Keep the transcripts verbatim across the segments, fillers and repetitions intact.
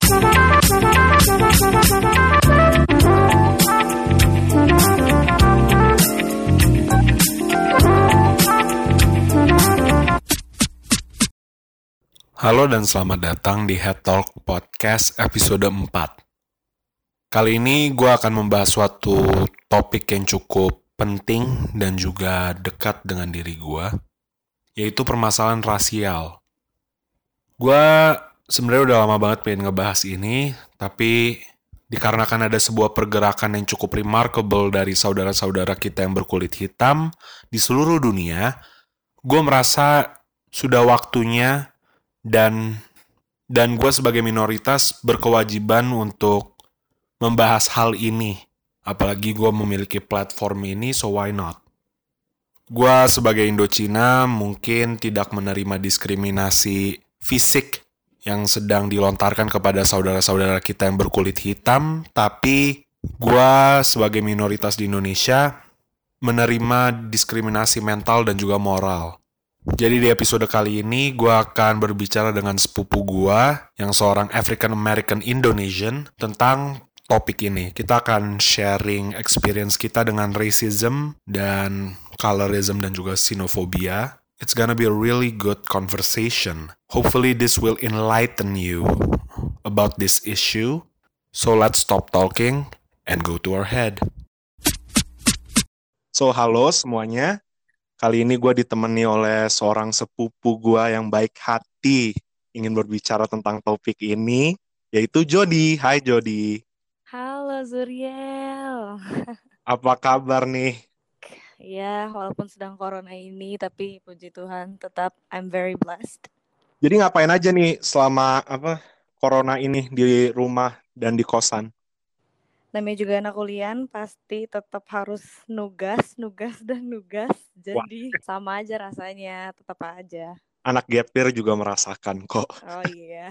Halo dan selamat datang di Head Talk Podcast episode empat. Kali ini gue akan membahas suatu topik yang cukup penting dan juga dekat dengan diri gue, yaitu permasalahan rasial. Gue sebenarnya udah lama banget pengen ngebahas ini, tapi dikarenakan ada sebuah pergerakan yang cukup remarkable dari saudara-saudara kita yang berkulit hitam di seluruh dunia, gue merasa sudah waktunya Dan dan gue sebagai minoritas berkewajiban untuk membahas hal ini. Apalagi gue memiliki platform ini, so why not? Gue sebagai Indocina mungkin tidak menerima diskriminasi fisik yang sedang dilontarkan kepada saudara-saudara kita yang berkulit hitam, tapi gue sebagai minoritas di Indonesia menerima diskriminasi mental dan juga moral. Jadi di episode kali ini gue akan berbicara dengan sepupu gue yang seorang African American Indonesian tentang topik ini. Kita akan sharing experience kita dengan racism dan colorism dan juga xenophobia. It's gonna be a really good conversation. Hopefully this will enlighten you about this issue. So let's stop talking and go to our head. So halo semuanya. Kali ini gue ditemani oleh seorang sepupu gue yang baik hati ingin berbicara tentang topik ini, yaitu Jody. Hai Jody. Halo Zuriel. Apa kabar nih? Ya, walaupun sedang corona ini, tapi puji Tuhan tetap I'm very blessed. Jadi ngapain aja nih selama apa corona ini di rumah dan di kosan? Namanya juga anak kuliah, pasti tetap harus nugas, nugas, dan nugas. Jadi Wah. Sama aja rasanya, tetap aja. Anak gap year juga merasakan kok. Oh iya.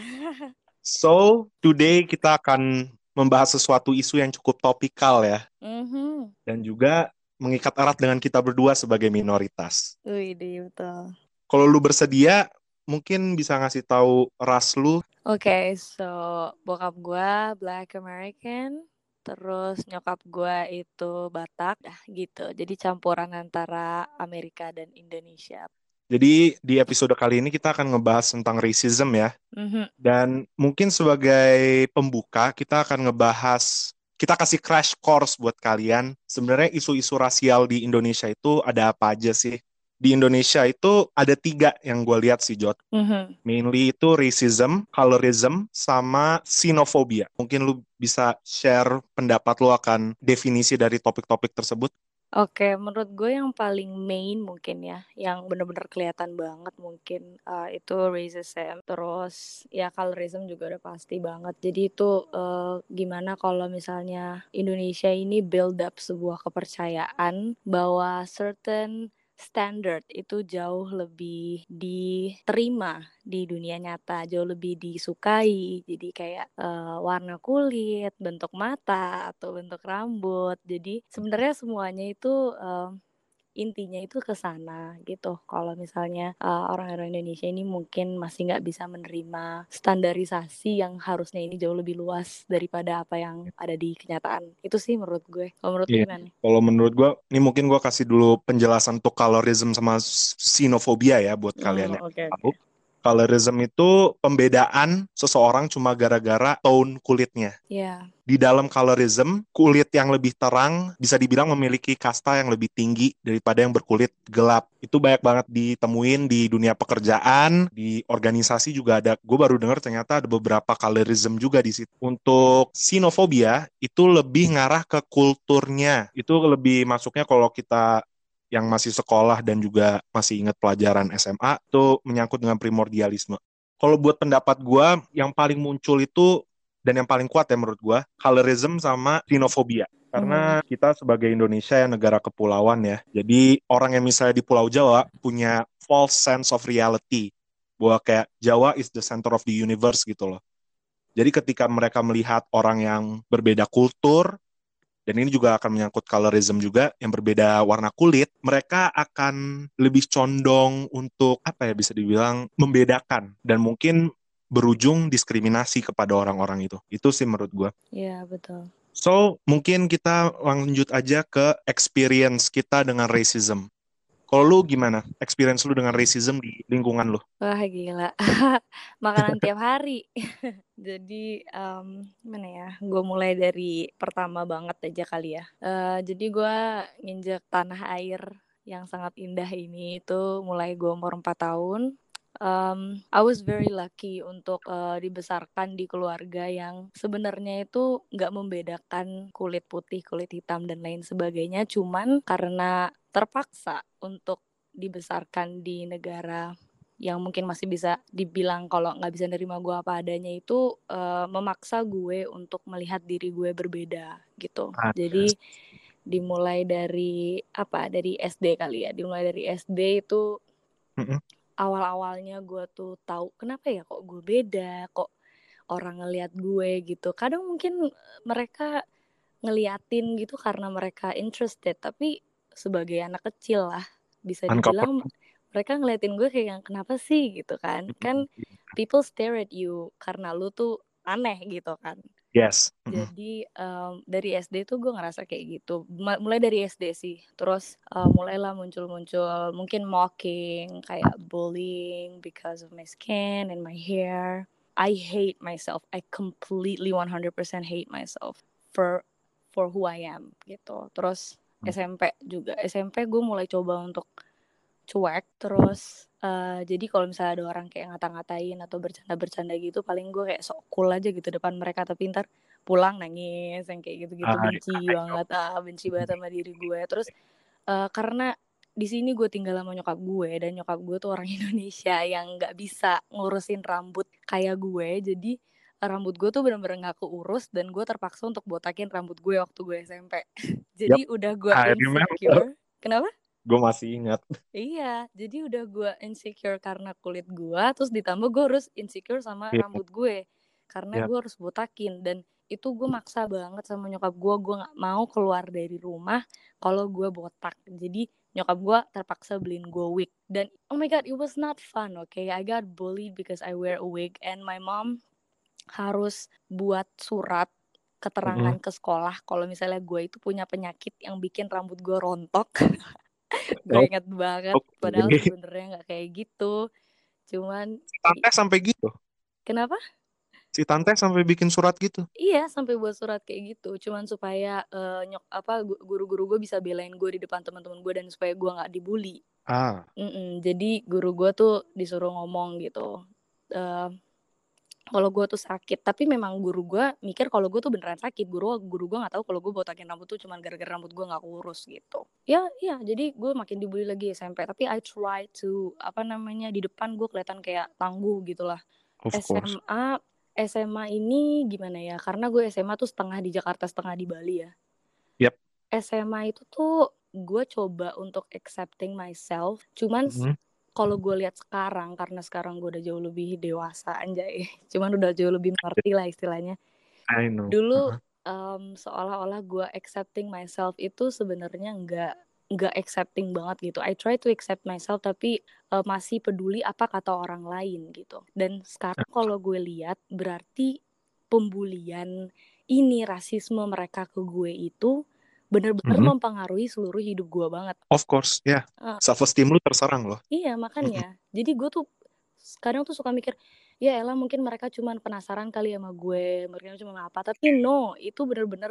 So, today kita akan membahas sesuatu isu yang cukup topikal ya. Mm-hmm. Dan juga mengikat erat dengan kita berdua sebagai minoritas. Wih, betul. Kalau lu bersedia, mungkin bisa ngasih tahu ras lu. Oke, okay, so bokap gue Black American. Terus nyokap gue itu Batak, dah gitu. Jadi campuran antara Amerika dan Indonesia. Jadi di episode kali ini kita akan ngebahas tentang racism ya. Mm-hmm. Dan mungkin sebagai pembuka kita akan ngebahas, kita kasih crash course buat kalian. Sebenarnya isu-isu rasial di Indonesia itu ada apa aja sih? Di Indonesia itu ada tiga yang gue lihat sih, Jod. Mm-hmm. Mainly itu racism, colorism, sama xenophobia. Mungkin lu bisa share pendapat lu akan definisi dari topik-topik tersebut. Oke, menurut gue yang paling main mungkin ya, yang benar-benar kelihatan banget mungkin uh, itu racism. Terus ya colorism juga udah pasti banget. Jadi itu uh, gimana kalau misalnya Indonesia ini build up sebuah kepercayaan bahwa certain standard itu jauh lebih diterima di dunia nyata, jauh lebih disukai. Jadi kayak uh, warna kulit, bentuk mata atau bentuk rambut. Jadi sebenarnya semuanya itu uh, intinya itu ke sana gitu. Kalau misalnya uh, orang-orang Indonesia ini mungkin masih nggak bisa menerima standarisasi yang harusnya ini jauh lebih luas daripada apa yang ada di kenyataan. Itu sih menurut gue. Kalau menurut yeah. gimana? Kalau menurut gue, ini mungkin gue kasih dulu penjelasan untuk colorism sama xenophobia ya buat kalian hmm, yang okay, tahu. Okay. Colorism itu pembedaan seseorang cuma gara-gara tone kulitnya. Yeah. Di dalam colorism, kulit yang lebih terang bisa dibilang memiliki kasta yang lebih tinggi daripada yang berkulit gelap. Itu banyak banget ditemuin di dunia pekerjaan, di organisasi juga ada. Gue baru dengar ternyata ada beberapa colorism juga di situ. Untuk xenophobia, itu lebih ngarah ke kulturnya. Itu lebih masuknya kalau kita yang masih sekolah dan juga masih ingat pelajaran S M A, itu menyangkut dengan primordialisme. Kalau buat pendapat gue, yang paling muncul itu, dan yang paling kuat ya menurut gue, colorism sama xenophobia. Karena hmm. kita sebagai Indonesia ya negara kepulauan ya, jadi orang yang misalnya di Pulau Jawa punya false sense of reality, bahwa kayak Jawa is the center of the universe gitu loh. Jadi ketika mereka melihat orang yang berbeda kultur, dan ini juga akan menyangkut colorism juga, yang berbeda warna kulit, mereka akan lebih condong untuk, apa ya bisa dibilang, membedakan. Dan mungkin berujung diskriminasi kepada orang-orang itu. Itu sih menurut gue. Iya, betul. So, mungkin kita lanjut aja ke experience kita dengan racism. Kalau lu gimana? Experience lu dengan racism di lingkungan lu? Wah, gila. Makanan tiap hari. Jadi, um, gimana ya? Gue mulai dari pertama banget aja kali ya. Uh, jadi gue nginjek tanah air yang sangat indah ini itu mulai gue umur empat tahun. Um, I was very lucky untuk uh, dibesarkan di keluarga yang sebenarnya itu nggak membedakan kulit putih, kulit hitam dan lain sebagainya. Cuman karena terpaksa untuk dibesarkan di negara yang mungkin masih bisa dibilang kalau nggak bisa nerima gue apa adanya itu uh, memaksa gue untuk melihat diri gue berbeda gitu. Ah, Jadi dimulai dari apa? Dari S D kali ya. Dimulai dari S D itu mm-mm. awal-awalnya gue tuh tahu kenapa ya kok gue beda, kok orang ngelihat gue gitu. Kadang mungkin mereka ngeliatin gitu karena mereka interested, tapi sebagai anak kecil lah bisa dibilang Uncomfortable. mereka ngeliatin gue kayak yang kenapa sih gitu kan. Kan people stare at you karena lu tuh aneh gitu kan. Yes. Mm-mm. Jadi um, dari S D tuh gue ngerasa kayak gitu. M- mulai dari S D sih. Terus uh, mulailah muncul-muncul mungkin mocking, kayak bullying because of my skin and my hair. I hate myself. I completely one hundred percent hate myself for for who I am gitu. Terus S M P juga. S M P gue mulai coba untuk cuek. Terus uh, jadi kalau misalnya ada orang kayak ngata-ngatain atau bercanda-bercanda gitu, paling gue kayak sok cool aja gitu depan mereka, tapi ntar pulang nangis yang kayak gitu-gitu, Ah, benci banget, ah benci banget sama diri gue. Terus uh, karena di sini gue tinggal sama nyokap gue dan nyokap gue tuh orang Indonesia yang nggak bisa ngurusin rambut kayak gue, jadi rambut gue tuh bener-bener nggak keurus dan gue terpaksa untuk botakin rambut gue waktu gue S M P. yep. Jadi udah gue I remember. insecure. Kenapa? Gue masih ingat. Iya, jadi udah gue insecure karena kulit gue, terus ditambah gue harus insecure sama Yeah. rambut gue, karena Yeah. gue harus botakin. Dan itu gue maksa banget sama nyokap gue, gue gak mau keluar dari rumah kalau gue botak. Jadi nyokap gue terpaksa beliin gue wig. Dan oh my god, it was not fun, okay? I got bullied because I wear a wig, and my mom harus buat surat keterangan Mm-mm. ke sekolah kalau misalnya gue itu punya penyakit yang bikin rambut gue rontok. Gue Oh, inget banget, padahal okay. sebenarnya nggak kayak gitu. Cuman Si Tante sampai gitu. kenapa? Si Tante sampai bikin surat gitu. Iya, sampai buat surat kayak gitu. Cuman supaya uh, nyok apa guru-guru gue bisa belain gue di depan teman-teman gue dan supaya gue nggak dibully. Ah. Mm-mm, jadi guru gue tuh disuruh ngomong gitu. Uh, kalau gue tuh sakit, tapi memang guru gue mikir kalau gue tuh beneran sakit. Guru guru gue nggak tahu kalau gue botakin rambut tuh cuman gara-gara rambut gue nggak kurus gitu. Ya, iya. Jadi gue makin dibully lagi S M P. Tapi I try to apa namanya di depan gue kelihatan kayak tangguh gitulah. Of course. S M A S M A ini gimana ya? Karena gue S M A tuh setengah di Jakarta, setengah di Bali ya. Yep. S M A itu tuh gue coba untuk accepting myself. Cuman Mm-hmm. kalau gue lihat sekarang, karena sekarang gue udah jauh lebih dewasa anjay, cuman udah jauh lebih mengerti lah istilahnya. I know. Dulu Uh-huh. um, seolah-olah gue accepting myself itu sebenarnya nggak nggak accepting banget gitu. I try to accept myself tapi uh, masih peduli apa kata orang lain gitu. Dan sekarang kalau gue lihat berarti pembulian ini, rasisme mereka ke gue itu benar-benar Mm-hmm. mempengaruhi seluruh hidup gue banget. Of course, ya. Yeah. Uh, Self-esteem lu terserang loh. Iya makanya. Mm-hmm. Jadi gue tuh kadang tuh suka mikir, ya elah mungkin mereka cuma penasaran kali sama gue, mereka cuma apa. Tapi no, itu bener-bener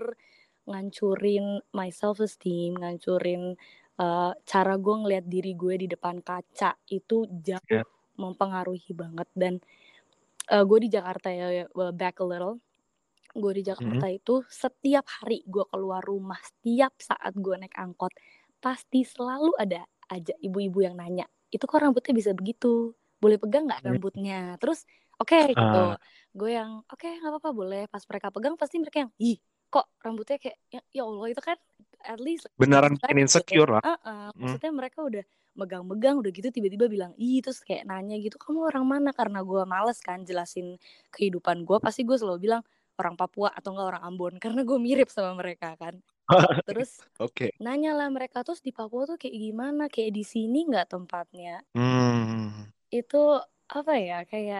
ngancurin my self-esteem, ngancurin uh, cara gue ngeliat diri gue di depan kaca. Itu jauh yeah. mempengaruhi banget. Dan uh, gue di Jakarta ya, back a little. Gue di Jakarta mm-hmm. itu setiap hari gue keluar rumah, setiap saat gue naik angkot, pasti selalu ada aja ibu-ibu yang nanya, itu kok rambutnya bisa begitu? Boleh pegang nggak rambutnya? Terus oke okay, gitu, uh. gue yang oke okay, nggak apa-apa boleh. Pas mereka pegang pasti mereka yang ih kok rambutnya kayak ya, ya Allah itu kan at least beneran bikin insecure gitu. Lah. Uh-uh. Mm. Maksudnya mereka udah megang-megang udah gitu tiba-tiba bilang ih terus kayak nanya gitu kamu orang mana, karena gue males kan jelasin kehidupan gue, pasti gue selalu bilang orang Papua atau enggak orang Ambon karena gue mirip sama mereka kan. Terus okay. nanya lah mereka terus di Papua tuh kayak gimana, kayak di sini nggak tempatnya? Hmm. Itu apa ya kayak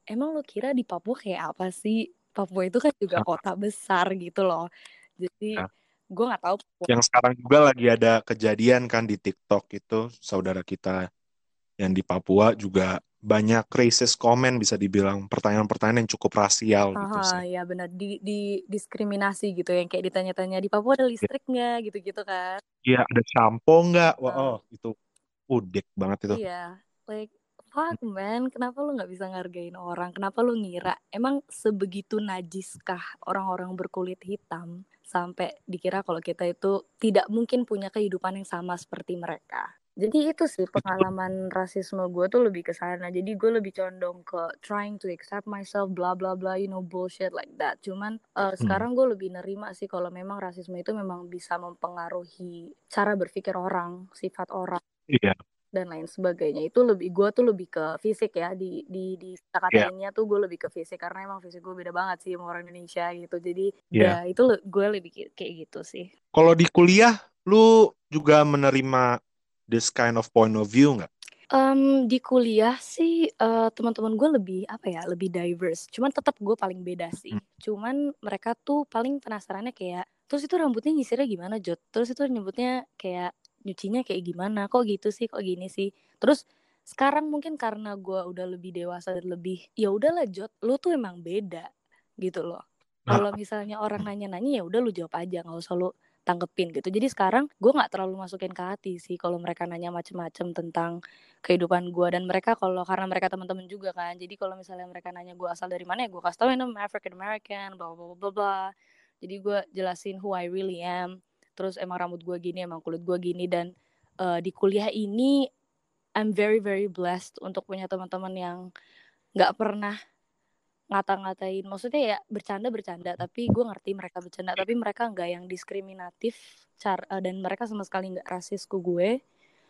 emang lu kira di Papua kayak apa sih? Papua itu kan juga kota besar gitu loh. Jadi Ya. gue nggak tahu Papua. Yang sekarang juga lagi ada kejadian kan di TikTok itu, saudara kita yang di Papua juga banyak racist comment, bisa dibilang pertanyaan-pertanyaan yang cukup rasial gitu Aha, sih. ya benar, di, di diskriminasi gitu, yang kayak ditanya-tanya di Papua ada Ya, listrik nggak gitu-gitu kan. iya, ada sampo nggak? Wah, oh, Uh, itu udik banget itu. iya, like fuck man, kenapa lu nggak bisa ngargain orang? Kenapa lu ngira emang sebegitu najiskah orang-orang berkulit hitam sampai dikira kalau kita itu tidak mungkin punya kehidupan yang sama seperti mereka? Jadi itu sih Itu pengalaman rasisme gue tuh lebih ke sana. Jadi gue lebih condong ke trying to accept myself, bla bla bla, you know, bullshit like that. Cuman uh, hmm, sekarang gue lebih nerima sih kalau memang rasisme itu memang bisa mempengaruhi cara berpikir orang, sifat orang iya, dan lain sebagainya. Itu lebih, gue tuh lebih ke fisik ya, di di di iya, kata-katainnya tuh gue lebih ke fisik karena emang fisik gue beda banget sih sama orang Indonesia gitu. Jadi iya. ya itu le- gue lebih ki- kayak gitu sih. Kalau di kuliah, lu juga menerima this kind of point of view nggak? Um, di kuliah sih uh, teman-teman gue lebih apa ya, lebih diverse. Cuman tetap gue paling beda Hmm, sih. Cuman mereka tuh paling penasarannya kayak, terus itu rambutnya nyisirnya gimana Jot? Terus itu nyebutnya kayak nyucinya kayak gimana? Kok gitu sih? Kok gini sih? Terus sekarang mungkin karena gue udah lebih dewasa dan lebih, ya udahlah Jot, lu tuh emang beda gitu loh. Kalau ah, misalnya orang nanya-nanya ya udah lu jawab aja, nggak usah lu tanggepin gitu. Jadi sekarang gue nggak terlalu masukin ke hati sih kalau mereka nanya macem-macem tentang kehidupan gue. Dan mereka kalau karena mereka teman-teman juga kan, jadi kalau misalnya mereka nanya gue asal dari mana ya gue kasih tau I'm African American, bla bla bla bla. Jadi gue jelasin who I really am. Terus emang rambut gue gini, emang kulit gue gini. Dan uh, di kuliah ini I'm very very blessed untuk punya teman-teman yang nggak pernah ngata-ngatain, maksudnya ya bercanda-bercanda, tapi gue ngerti mereka bercanda, tapi mereka nggak yang diskriminatif cara, dan mereka sama sekali nggak rasis ke gue.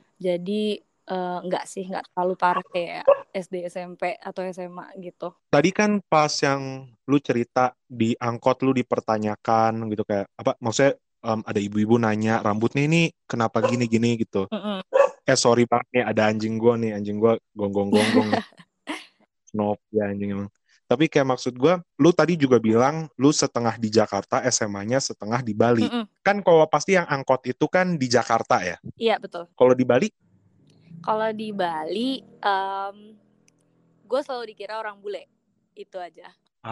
Jadi uh, nggak sih, nggak terlalu parah kayak S D, S M P atau S M A gitu. Tadi kan pas yang lu cerita di angkot lu dipertanyakan gitu kayak apa? Maksudnya em, ada ibu-ibu nanya rambutnya ini kenapa gini-gini gitu. Mm-mm. Eh sorry banget nih ada anjing gua nih, anjing gua gonggong-gonggong nih. Snob ya anjing emang. Tapi kayak maksud gua, lu tadi juga bilang lu setengah di Jakarta, S M A-nya setengah di Bali. Mm-mm. Kan kalau pasti yang angkot itu kan di Jakarta ya. Iya betul. Kalau di Bali, Kalau di Bali, um, gue selalu dikira orang bule, itu aja.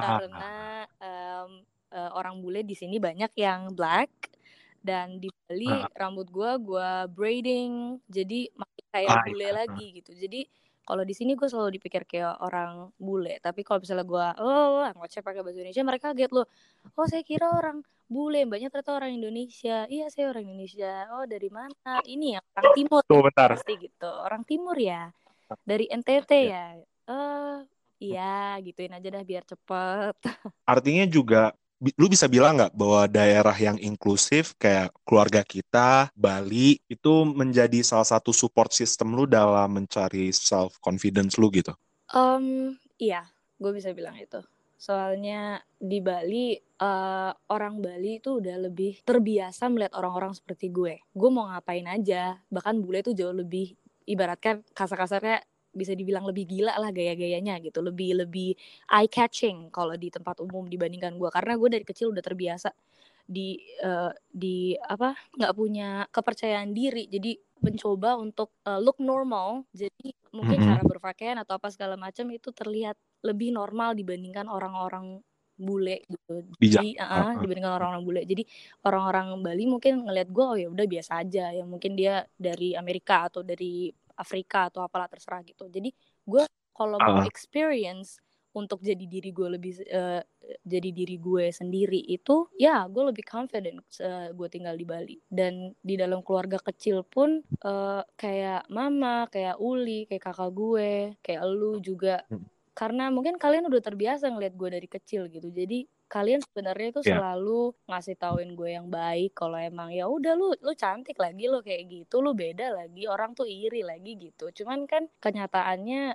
ah, Karena um, uh, orang bule di sini banyak yang black, dan di Bali ah, rambut gue gue braiding, jadi makin kayak ah, bule iya. lagi gitu. Jadi kalau di sini gue selalu dipikir kayak orang bule, tapi kalau misalnya gue oh ngoceh pakai bahasa Indonesia, mereka kaget loh. Oh saya kira orang bule, banyak ternyata orang Indonesia. Iya saya orang Indonesia. Oh dari mana? Ini ya orang timur Tuh ya bentar. pasti gitu. Orang timur ya, dari N T T Ya. ya. Eh iya gituin aja dah biar cepet. Artinya juga bi- lu bisa bilang nggak bahwa daerah yang inklusif kayak keluarga kita, Bali, itu menjadi salah satu support system lu dalam mencari self confidence lu gitu? Um, iya, gue bisa bilang itu. Soalnya di Bali, uh, orang Bali itu udah lebih terbiasa melihat orang-orang seperti gue. Gue mau ngapain aja, bahkan bule tuh jauh lebih, ibaratkan kasar-kasarnya bisa dibilang lebih gila lah gaya-gayanya gitu, lebih lebih eye catching kalau di tempat umum dibandingkan gue, karena gue dari kecil udah terbiasa di uh, di apa nggak punya kepercayaan diri, jadi mencoba untuk uh, look normal, jadi mungkin Mm-mm. cara berpakaian atau apa segala macam itu terlihat lebih normal dibandingkan orang-orang bule gitu. Bijak. Jadi Ah, uh, ah. dibandingkan orang-orang bule, jadi orang-orang Bali mungkin ngelihat gue oh ya udah biasa aja ya, mungkin dia dari Amerika atau dari Afrika atau apalah terserah gitu. Jadi gue kalau mau Ah, ah. experience untuk jadi diri gue lebih uh, jadi diri gue sendiri itu ya gue lebih confident uh, gue tinggal di Bali. Dan di dalam keluarga kecil pun uh, kayak mama, kayak Uli, kayak kakak gue, kayak elu juga, Mm. karena mungkin kalian udah terbiasa ngeliat gue dari kecil gitu, jadi kalian sebenarnya itu Ya. selalu ngasih tauin gue yang baik kalau emang ya udah lu lu cantik lagi, lu kayak gitu, lu beda lagi, orang tuh iri lagi gitu. Cuman kan kenyataannya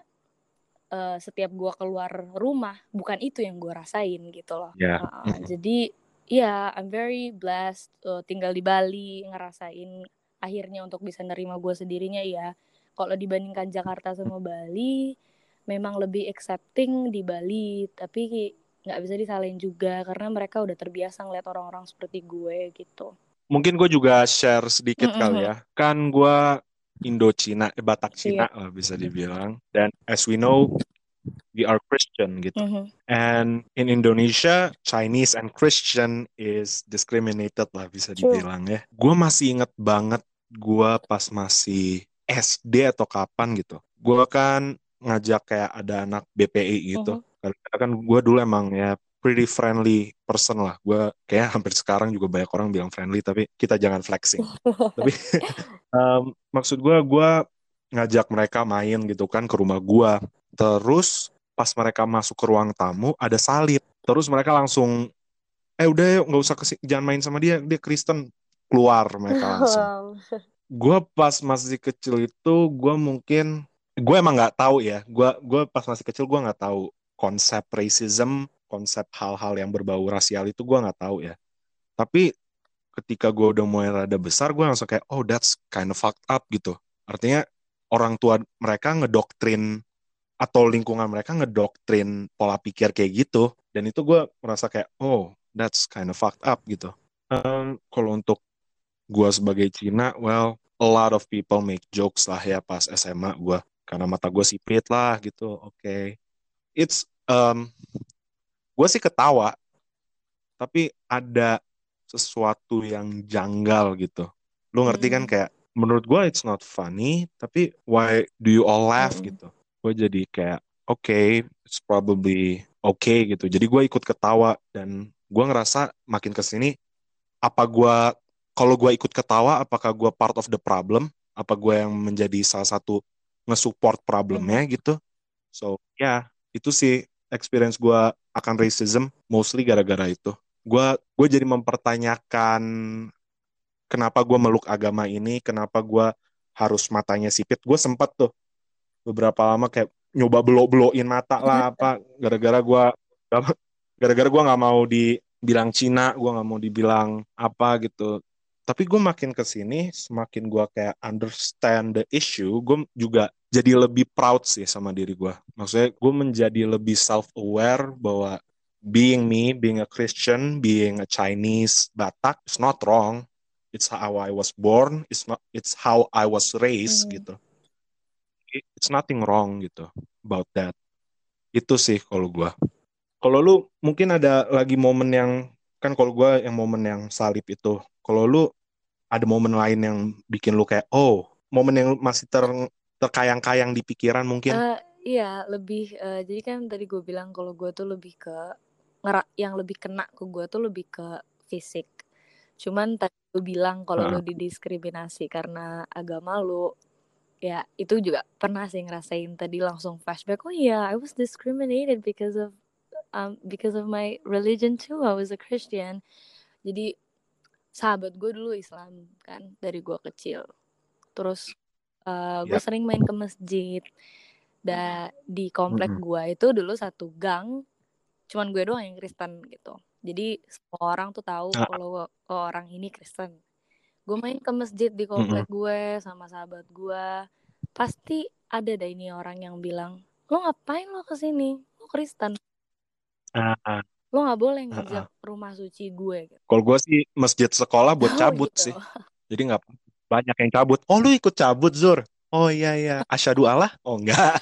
uh, setiap gue keluar rumah bukan itu yang gue rasain gitu loh. Ya. Uh, Mm-mm. jadi ya yeah, I'm very blessed uh, tinggal di Bali, ngerasain akhirnya untuk bisa nerima gue sendirinya ya. Kalau dibandingkan Jakarta sama Bali, memang lebih accepting di Bali, tapi nggak bisa disalahin juga karena mereka udah terbiasa ngeliat orang-orang seperti gue gitu. Mungkin gue juga share sedikit kali Mm-mm. ya. Kan gue Indo-Cina, eh, Batak Iya. Cina lah bisa dibilang. Dan as we know, we are Christian gitu. Mhm. And in Indonesia, Chinese and Christian is discriminated lah bisa True. dibilang ya. Gue masih inget banget gue pas masih S D atau kapan gitu. Gue kan ngajak kayak ada anak B P I gitu. Mhm. Karena kan gue dulu emang ya pretty friendly person lah. Gue kayak hampir sekarang juga banyak orang bilang friendly, tapi kita jangan flexing. Tapi um, maksud gue, gue ngajak mereka main gitu kan ke rumah gue. Terus pas mereka masuk ke ruang tamu ada salib. Terus mereka langsung, eh udah yuk nggak usah kesini, jangan main sama dia, dia Kristen. Keluar mereka langsung. Wow. Gue pas masih kecil itu, gue mungkin, gue emang nggak tahu ya. Gue gue pas masih kecil gue nggak tahu konsep racism, konsep hal-hal yang berbau rasial itu gue nggak tahu ya. Tapi ketika gue udah mulai rada besar, gue langsung kayak, oh that's kind of fucked up gitu. Artinya orang tua mereka ngedoktrin atau lingkungan mereka ngedoktrin pola pikir kayak gitu. Dan itu gue merasa kayak, oh that's kind of fucked up gitu. Um, kalau untuk gue sebagai Cina, well, a lot of people make jokes lah ya pas S M A gue. Karena mata gue sipit lah gitu, oke. Okay. It's, um, gue sih ketawa, tapi ada sesuatu yang janggal gitu. Lu ngerti kan Mm-mm. kayak menurut gue it's not funny, tapi why do you all laugh Mm-mm. gitu. Gue jadi kayak oke, okay, it's probably okay gitu. Jadi gue ikut ketawa dan gue ngerasa makin kesini apa gue kalau gue ikut ketawa apakah gue part of the problem? Apa gue yang menjadi salah satu nge-support Mhm. problemnya gitu? So ya yeah, itu sih experience gue akan racism mostly gara-gara itu. Gue gue jadi mempertanyakan kenapa gue meluk agama ini, kenapa gue harus matanya sipit. Gue sempat tuh beberapa lama kayak nyoba belo-beloin mata lah apa, gara-gara gue gara-gara gue nggak mau dibilang Cina, gue nggak mau dibilang apa gitu. Tapi gue makin kesini, semakin gue kayak understand the issue, gue juga jadi lebih proud sih sama diri gue. Maksudnya gue menjadi lebih self-aware bahwa being me, being a Christian, being a Chinese, Batak, it's not wrong. It's how I was born, it's not, it's how I was raised Mhm. gitu. It's nothing wrong gitu about that. Itu sih kalau gue. Kalau lu mungkin ada lagi momen yang, kan kalau gue yang momen yang salib itu. Kalau lu ada momen lain yang bikin lu kayak, oh, momen yang masih ter, terkayang-kayang di pikiran mungkin. Eh, iya lebih eh, jadi kan tadi gue bilang kalau gue tuh lebih ke ngerak yang lebih kena ke gue tuh lebih ke fisik. Cuman tadi lu bilang kalau lu Heeh. didiskriminasi karena agama lu, ya itu juga pernah sih ngerasain tadi langsung flashback. Oh iya, I was discriminated because of um, because of my religion too. I was a Christian. Jadi sahabat gue dulu Islam kan dari gue kecil. Terus uh, gue Ya. sering main ke masjid. Da, di komplek Mm-mm. gue itu dulu satu gang, cuman gue doang yang Kristen gitu. Jadi semua orang tuh tahu Ah, kalau oh, orang ini Kristen. Gue main ke masjid di mm-mm. komplek gue sama sahabat gue. Pasti ada deh ini orang yang bilang, lo ngapain lo kesini? Lo Kristen. Ah, ah, Lo nggak boleh ah, nginjak ah. rumah suci gue. Gitu. Kalau gue sih masjid sekolah buat Oh cabut gitu. sih. Jadi nggak banyak yang cabut. Oh lu ikut cabut Zur? Oh iya iya. Asyhadu Allah? Oh enggak.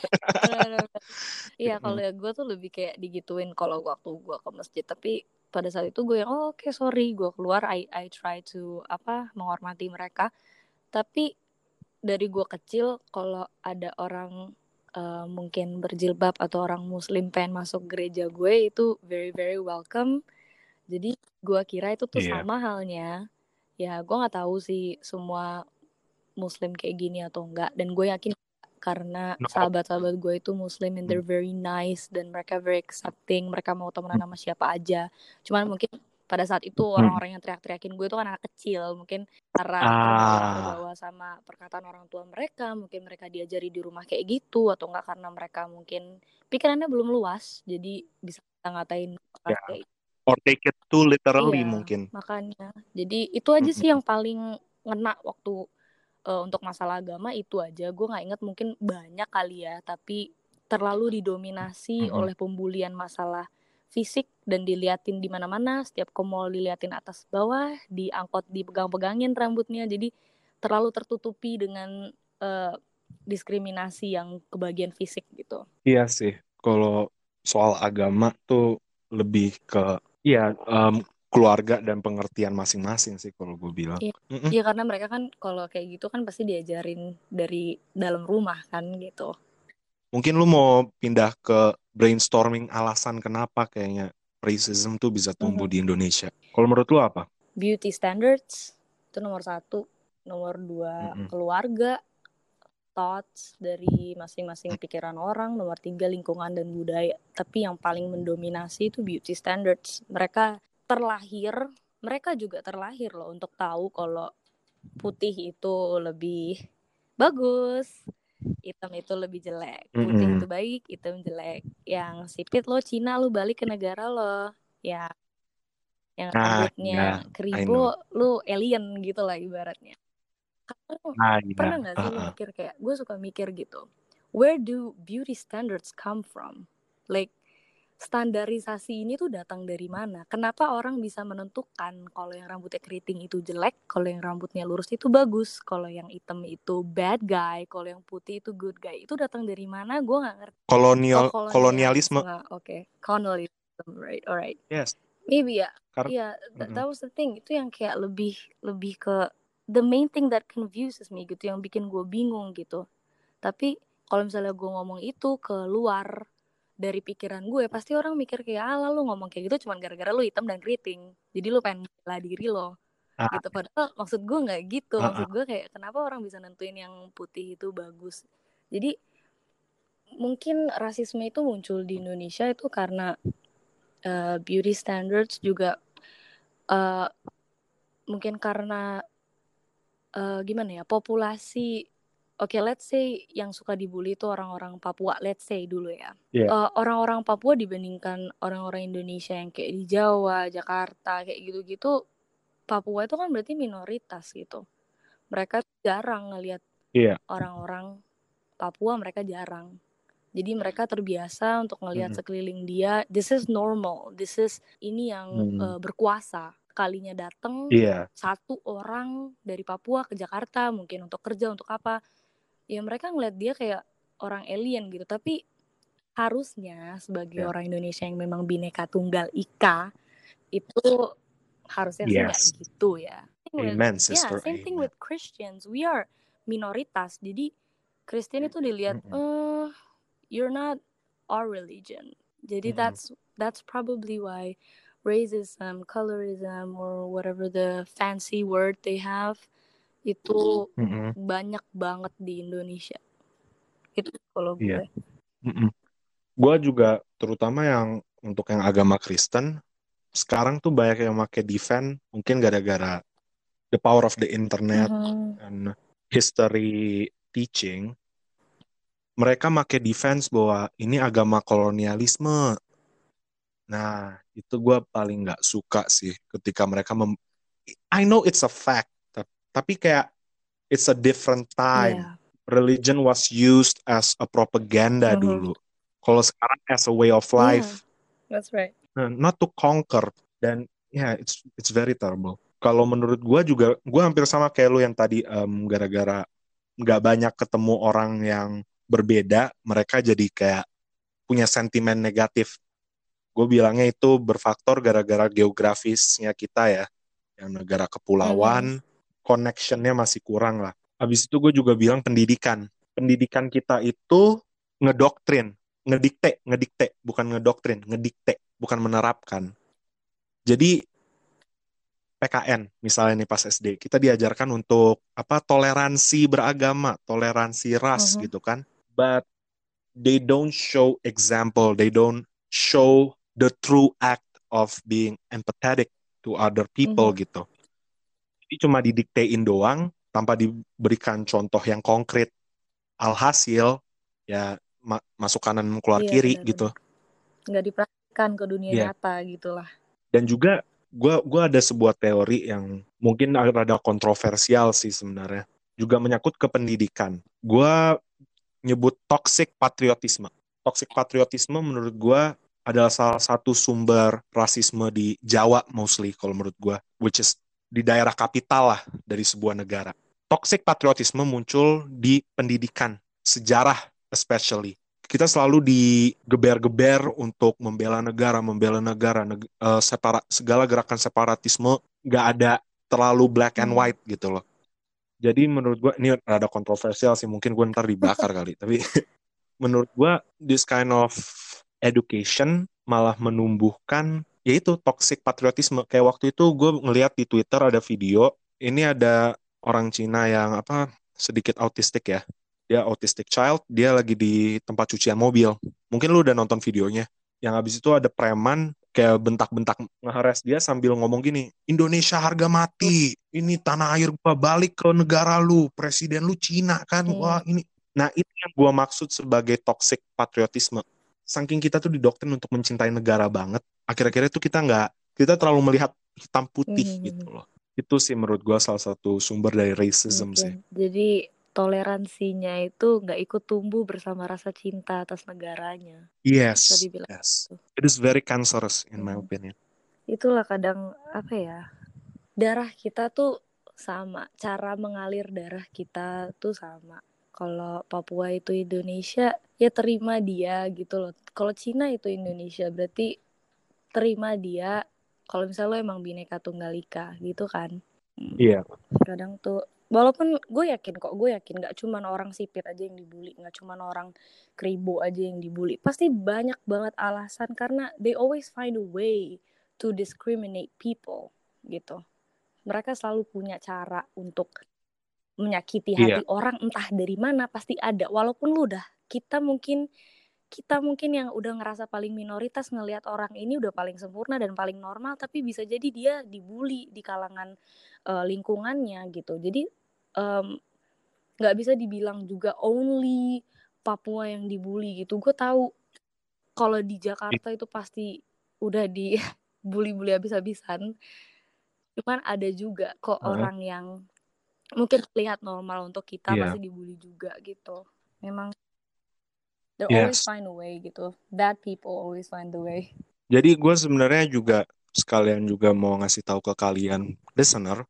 Iya kalau Mm-mm. ya gue tuh lebih kayak digituin kalau waktu gue ke masjid. Tapi pada saat itu gue yang oh, oke okay, sorry gue keluar. I I try to apa menghormati mereka. Tapi dari gue kecil kalau ada orang uh, mungkin berjilbab atau orang Muslim pengen masuk gereja gue itu very very welcome. Jadi gue kira itu tuh Iya. sama halnya. Ya gue nggak tahu sih semua Muslim kayak gini atau enggak. Dan gue yakin karena No. sahabat-sahabat gue itu Muslim and Mm. they're very nice dan mereka very accepting, mereka mau temenan sama siapa aja. Cuman mungkin pada saat itu Mm. orang-orang yang teriak-teriakin gue itu kan anak kecil, mungkin karena terbawa Ah, terbawa sama perkataan orang tua mereka, mungkin mereka diajari di rumah kayak gitu atau enggak karena mereka mungkin pikirannya belum luas, jadi bisa ngatain orang ya. kayak gitu. Or take it too literally Iya, mungkin. makanya. Jadi itu aja sih Mm-mm. yang paling ngena waktu uh, untuk masalah agama itu aja. Gue nggak inget mungkin banyak kali ya, tapi terlalu didominasi Mm-mm. oleh pembulian masalah fisik dan diliatin di mana-mana, setiap ke mall diliatin atas bawah, diangkot dipegang-pegangin rambutnya, jadi terlalu tertutupi dengan uh, diskriminasi yang ke bagian fisik gitu. Iya sih, kalau soal agama tuh lebih ke ya em, keluarga dan pengertian masing-masing sih kalau gue bilang. Iya, Mm-mm. ya, karena mereka kan kalau kayak gitu kan pasti diajarin dari dalam rumah kan gitu. Mungkin lu mau pindah ke brainstorming alasan kenapa kayaknya racism tuh bisa tumbuh Mhm. di Indonesia. Kalau menurut lu apa? Beauty standards itu nomor satu, nomor dua Mm-mm. keluarga, thoughts dari masing-masing pikiran orang, nomor tiga lingkungan dan budaya. Tapi yang paling mendominasi itu beauty standards. Mereka terlahir, mereka juga terlahir loh untuk tahu kalau putih itu lebih bagus, hitam itu lebih jelek. Putih Mm-mm. itu baik, hitam jelek. Yang sipit lo Cina, lo balik ke negara lo. Ya, yang Ah, iya, rambutnya I know. keribo, lo alien gitu lah ibaratnya. Kamu Ah, iya. pernah gak sih lu Uh-uh. mikir kayak, gue suka mikir gitu, where do beauty standards come from? Like, standarisasi ini tuh datang dari mana? Kenapa orang bisa menentukan kalau yang rambutnya keriting itu jelek, kalau yang rambutnya lurus itu bagus, kalau yang hitam itu bad guy, kalau yang putih itu good guy? Itu datang dari mana? Gue gak ngerti. Oh, Kolonial kolonialisme. kolonialisme. Oke, okay. Colonialism, right, alright. Yes. Maybe ya, Karena yeah, that, that was the thing. Itu yang kayak lebih lebih ke the main thing that confuses me gitu, yang bikin gue bingung gitu. Tapi kalau misalnya gue ngomong itu ke luar dari pikiran gue, pasti orang mikir kayak, ala lu ngomong kayak gitu cuman gara-gara lu hitam dan keriting, jadi lu pengen bela diri lo ah, gitu. Padahal maksud gue nggak gitu. ah, Maksud ah. gue kayak, kenapa orang bisa nentuin yang putih itu bagus? Jadi mungkin rasisme itu muncul di Indonesia itu karena uh, beauty standards juga uh, mungkin karena uh, gimana ya, populasi. Oke, okay, let's say yang suka dibully itu orang-orang Papua, let's say dulu ya. Yeah. Uh, orang-orang Papua dibandingkan orang-orang Indonesia yang kayak di Jawa, Jakarta, kayak gitu-gitu, Papua itu kan berarti minoritas gitu. Mereka jarang ngelihat Yeah. orang-orang Papua, mereka jarang. Jadi mereka terbiasa untuk ngelihat Mm-mm. sekeliling dia, this is normal, this is ini yang Mm. uh, berkuasa. Kalinya datang Yeah. satu orang dari Papua ke Jakarta, mungkin untuk kerja, untuk apa, ya mereka ngeliat dia kayak orang alien gitu. Tapi harusnya sebagai Yeah. orang Indonesia yang memang bineka tunggal ika, itu harusnya sih nggak Yes. gitu ya. Amen, With, yeah, sister. same thing Amen. with Christians. We are minoritas. Jadi Kristen itu dilihat, Mm-mm. uh, you're not our religion. Jadi Mm-mm. that's that's probably why racism, colorism, or whatever the fancy word they have, itu Mm-mm. banyak banget di Indonesia. Itu kalau Iya. gue. Mm-mm. Gue juga terutama yang untuk yang agama Kristen sekarang tuh banyak yang pakai defense mungkin gara-gara the power of the internet Mhm. and history teaching. Mereka pakai defense bahwa ini agama kolonialisme. Nah, itu gue paling nggak suka sih ketika mereka mem I know it's a fact, tapi kayak it's a different time. Yeah. Religion was used as a propaganda Mhm. dulu. Kalau sekarang as a way of life, Yeah, that's right. not to conquer. Dan ya, yeah, it's it's very terrible. Kalau menurut gue juga, gue hampir sama kayak lu yang tadi, um, gara-gara nggak banyak ketemu orang yang berbeda, mereka jadi kayak punya sentimen negatif. Gue bilangnya itu berfaktor gara-gara geografisnya kita ya, yang negara kepulauan, mm-hmm. connectionnya masih kurang lah. Habis itu gue juga bilang pendidikan. Pendidikan kita itu ngedoktrin, ngedikte, ngedikte, bukan ngedoktrin, ngedikte, bukan menerapkan. Jadi P K N misalnya nih pas S D, kita diajarkan untuk apa toleransi beragama, toleransi ras Mhm. gitu kan. But they don't show example, they don't show the true act of being empathetic to other people Mhm. gitu. Jadi cuma didiktein doang tanpa diberikan contoh yang konkret. Alhasil ya ma- masuk kanan keluar Iya, kiri benar-benar. gitu. Nggak dipraktikkan ke dunia Iya. nyata gitulah. Dan juga gue gua ada sebuah teori yang mungkin rada kontroversial sih sebenarnya. Juga menyangkut ke pendidikan. Gue nyebut toxic patriotisme. toxic patriotisme menurut gue adalah salah satu sumber rasisme di Jawa mostly kalau menurut gue, which is di daerah kapital lah dari sebuah negara. Toxic patriotisme muncul di pendidikan, sejarah especially. Kita selalu digeber-geber untuk membela negara, membela negara, neg- eh, separa, segala gerakan separatisme nggak ada terlalu black and Hmm. white gitu loh. Jadi menurut gue, ini rada kontroversial sih, mungkin gue ntar dibakar kali, tapi menurut gue this kind of education malah menumbuhkan yaitu toxic patriotisme. Kayak waktu itu gue ngeliat di Twitter ada video, ini ada orang Cina yang apa sedikit autistik ya, dia autistic child, dia lagi di tempat cucian mobil, mungkin lu udah nonton videonya, yang habis itu ada preman kayak bentak-bentak ngeharas dia sambil ngomong gini, Indonesia harga mati, ini tanah air gua, balik ke negara lu, presiden lu Cina kan, wah Hmm. ini. Nah, itu yang gue maksud sebagai toxic patriotisme. Saking kita tuh didoktrin untuk mencintai negara banget, akhir-akhirnya tuh kita nggak, kita terlalu melihat hitam putih gitu Hmm. loh. Itu sih menurut gue salah satu sumber dari racism sih. Oke, jadi toleransinya itu nggak ikut tumbuh bersama rasa cinta atas negaranya. Bisa Yes, dibilang yes. gitu. It is very cancerous in my Hmm. opinion. Itulah kadang apa ya, darah kita tuh sama, cara mengalir darah kita tuh sama. Kalau Papua itu Indonesia, ya terima dia gitu loh. Kalau Cina itu Indonesia, berarti terima dia. Kalau misalnya lo emang Bhinneka Tunggal Ika gitu kan. Hmm. Iya. Kadang tuh, walaupun gue yakin kok, gue yakin gak cuman orang sipit aja yang dibully, gak cuman orang kribo aja yang dibully. Pasti banyak banget alasan karena they always find a way to discriminate people gitu. Mereka selalu punya cara untuk menyakiti Iya. hati orang, entah dari mana pasti ada. Walaupun lu udah, kita mungkin kita mungkin yang udah ngerasa paling minoritas ngelihat orang ini udah paling sempurna dan paling normal, tapi bisa jadi dia dibully di kalangan uh, lingkungannya gitu. Jadi nggak um, bisa dibilang juga only Papua yang dibully gitu. Gue tahu kalau di Jakarta itu pasti udah dibully-bully habis-habisan. Cuman ada juga kok Uh-huh. orang yang mungkin terlihat normal untuk kita Iya. pasti dibully juga gitu. Memang they always Yes. find a way gitu. Bad people always find the way. Jadi gue sebenarnya juga sekalian juga mau ngasih tahu ke kalian listener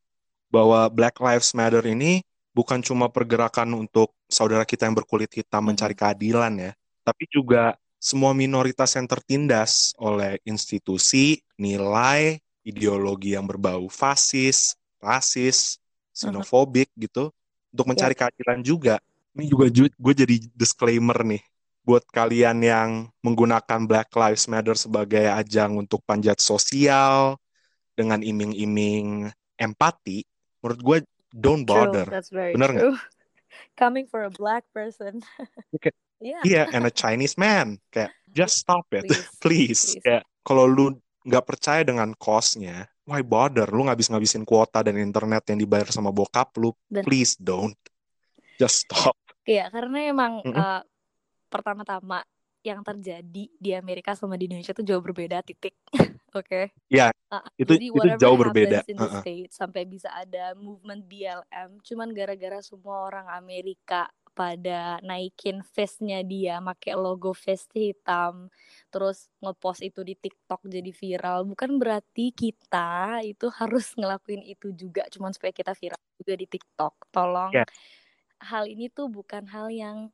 bahwa Black Lives Matter ini bukan cuma pergerakan untuk saudara kita yang berkulit hitam mencari keadilan ya, tapi juga semua minoritas yang tertindas oleh institusi, nilai, ideologi yang berbau fasis, rasis, Uh-huh. xenofobik gitu, untuk mencari Yap. keadilan juga. Ini juga gue jadi disclaimer nih buat kalian yang menggunakan Black Lives Matter sebagai ajang untuk panjat sosial dengan iming-iming empati, menurut gue don't True, bother. that's very Bener nggak? true. Coming for a black person. Kayak, Yeah, iya, and a Chinese man. Kayak, just stop it, please, please. please. Kayak, kalau lu nggak percaya dengan cost-nya, why bother? Lu ngabis-ngabisin kuota dan internet yang dibayar sama bokap lu, Dan please don't. Just stop. ya karena emang Mm-mm. uh, pertama-tama yang terjadi di Amerika sama di Indonesia tuh jauh berbeda titik. Oke. Okay? Ya, Uh, itu jadi itu whatever jauh berbeda. happens in the Uh-uh. States sampai bisa ada movement B L M cuman gara-gara semua orang Amerika pada naikin face-nya dia, make logo face hitam, terus ngepost itu di TikTok jadi viral. Bukan berarti kita itu harus ngelakuin itu juga cuman supaya kita viral juga di TikTok. Tolong, Yeah. hal ini tuh bukan hal yang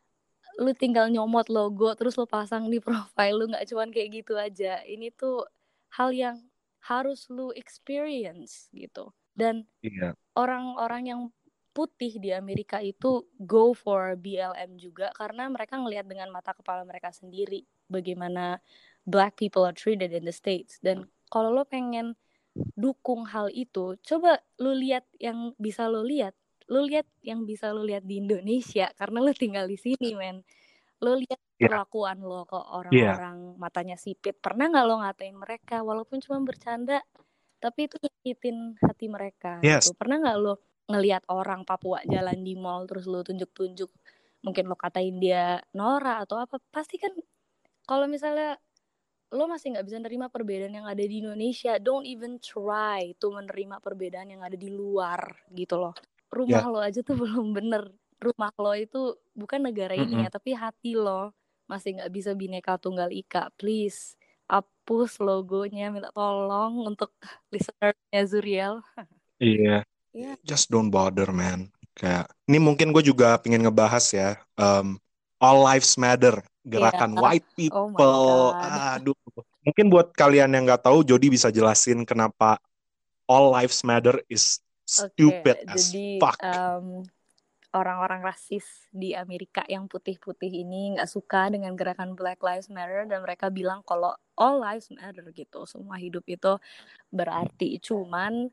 lu tinggal nyomot logo terus lu pasang di profile lu, nggak cuman kayak gitu aja. Ini tuh hal yang harus lu experience gitu. Dan Iya. orang-orang yang putih di Amerika itu go for B L M juga karena mereka ngelihat dengan mata kepala mereka sendiri bagaimana black people are treated in the States. Dan kalau lo pengen dukung hal itu, coba lu lihat yang bisa lo lihat. Lu lihat yang bisa lo lihat di Indonesia karena lo tinggal di sini, men. Lo lihat Iya. perlakuan lo ke Iya. orang-orang matanya sipit. Pernah nggak lo ngatain mereka walaupun cuma bercanda, tapi itu nyakitin hati mereka Yes. gitu. Pernah nggak lo ngelihat orang Papua jalan di mall terus lo tunjuk-tunjuk, mungkin lo katain dia Nora atau apa? Pasti kan kalau misalnya lo masih nggak bisa nerima perbedaan yang ada di Indonesia, don't even try to menerima perbedaan yang ada di luar gitu loh. Rumah Yeah. lo aja tuh belum bener. Rumah lo itu bukan negara ini Mm-mm. ya, tapi hati lo. masih nggak bisa Bhinneka Tunggal Ika. Please hapus logonya, minta tolong untuk listenernya Zuriel. Iya. Iya. Just don't bother, man. Kayak ini mungkin gue juga pengen ngebahas ya. um, All Lives Matter, Iya. gerakan white Oh my people. god. Aduh. Mungkin buat kalian yang nggak tahu, Jody bisa jelasin kenapa All Lives Matter is Oke, stupid as jadi fuck. um, orang-orang rasis di Amerika yang putih-putih ini nggak suka dengan gerakan Black Lives Matter dan mereka bilang kalau all lives matter gitu, semua hidup itu berarti. Cuman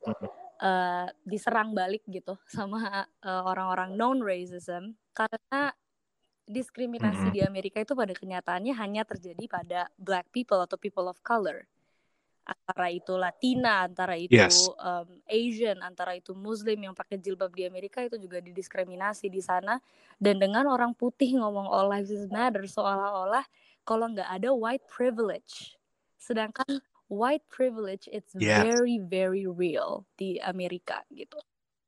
uh, diserang balik gitu sama uh, orang-orang non racism karena diskriminasi Mm-mm. di Amerika itu pada kenyataannya hanya terjadi pada black people atau people of color. Antara itu Latina, antara itu Yes. um, Asian, antara itu Muslim yang pakai jilbab di Amerika itu juga didiskriminasi di sana. Dan dengan orang putih ngomong all lives matter seolah-olah kalau nggak ada white privilege. Sedangkan white privilege it's Yes. very very real di Amerika gitu.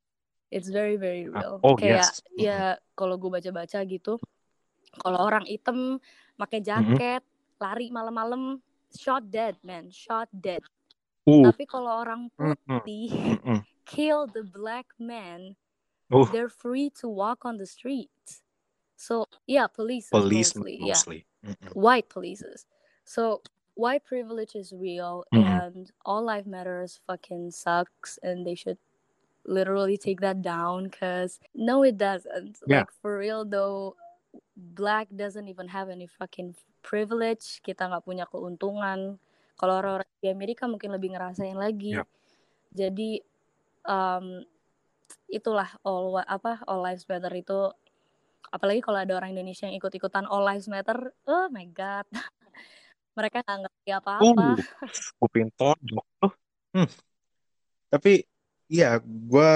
It's very very Uh, real. oh Kayak yes. Mm-mm. ya kalau gue baca-baca gitu, kalau orang hitam pakai Mm-mm. jaket lari malam-malam shot dead man, shot dead. Uh. Tapi kalau orang Mm-mm. putih Mm-mm. kill the black man, Uh. they're free to walk on the streets. So yeah, police Police mostly, yeah, mostly. Mm-mm. white polices. So white privilege is real, Mm-mm. and all life matters fucking sucks, and they should literally take that down. Cause no, it doesn't. Yeah. Like for real though, black doesn't even have any fucking privilege. Kita nggak punya keuntungan. Kalau orang-orang di Amerika mungkin lebih ngerasain lagi. Yeah. Jadi um, itulah all apa all lives matter itu. Apalagi kalau ada orang Indonesia yang ikut-ikutan all lives matter, oh my god, mereka nggak ngerti apa-apa. Uh. Kuping tonjok tuh. Hmm. Tapi iya, gue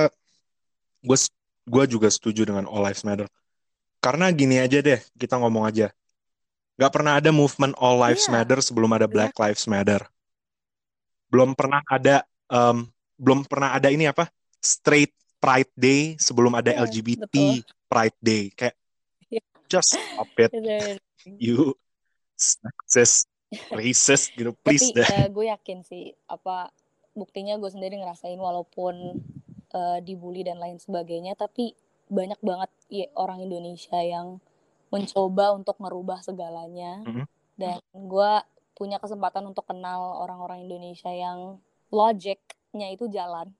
gue gue juga setuju dengan All Lives Matter. Karena gini aja deh, kita ngomong aja. Gak pernah ada movement All Lives Iya, Matter sebelum ada Black exactly. Lives Matter. Belum pernah ada um, belum pernah ada ini apa? Straight Pride Day sebelum ada Iya, L G B T betul. Pride Day. Kayak Iya. just stop it. Itu- You sexist, racist gitu. Please Tapi deh. ya gue yakin sih apa buktinya gue sendiri ngerasain walaupun uh, dibully dan lain sebagainya, tapi banyak banget ya, orang Indonesia yang mencoba untuk merubah segalanya. Mm-hmm. Dan gue punya kesempatan untuk kenal orang-orang Indonesia yang logiknya itu jalan.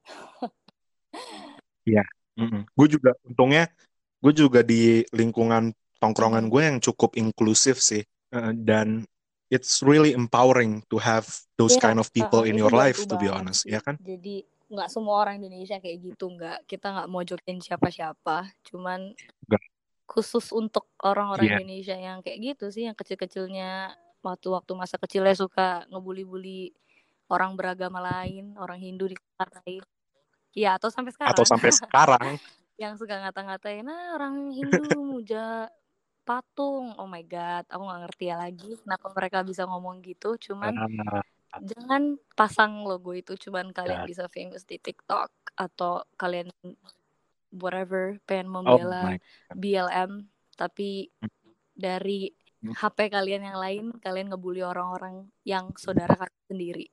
Iya. Mm-mm. Gue juga untungnya gue juga di lingkungan tongkrongan Mm-mm. gue yang cukup inklusif sih. Uh, dan it's really empowering to have those Iya, kind of people uh, in itu your bantu life, to be banget honest, sih. ya kan? Jadi nggak semua orang Indonesia kayak gitu, nggak. Kita nggak mojokin siapa-siapa. Cuman Enggak. khusus untuk orang-orang Iya. Indonesia yang kayak gitu sih, yang kecil-kecilnya waktu-waktu masa kecilnya suka ngebully-bully orang beragama lain, orang Hindu dikatain. Ya, atau sampai Atau sekarang. sampai sekarang. Yang suka ngata-ngatain, nah orang Hindu muja patung. Oh my god, aku nggak ngerti ya lagi kenapa mereka bisa ngomong gitu. Cuman Uh, jangan pasang logo itu cuman kalian God. bisa famous di TikTok atau kalian whatever pengen Oh membela my God. B L M, tapi dari H P kalian yang lain kalian ngebully orang-orang yang saudara kalian sendiri.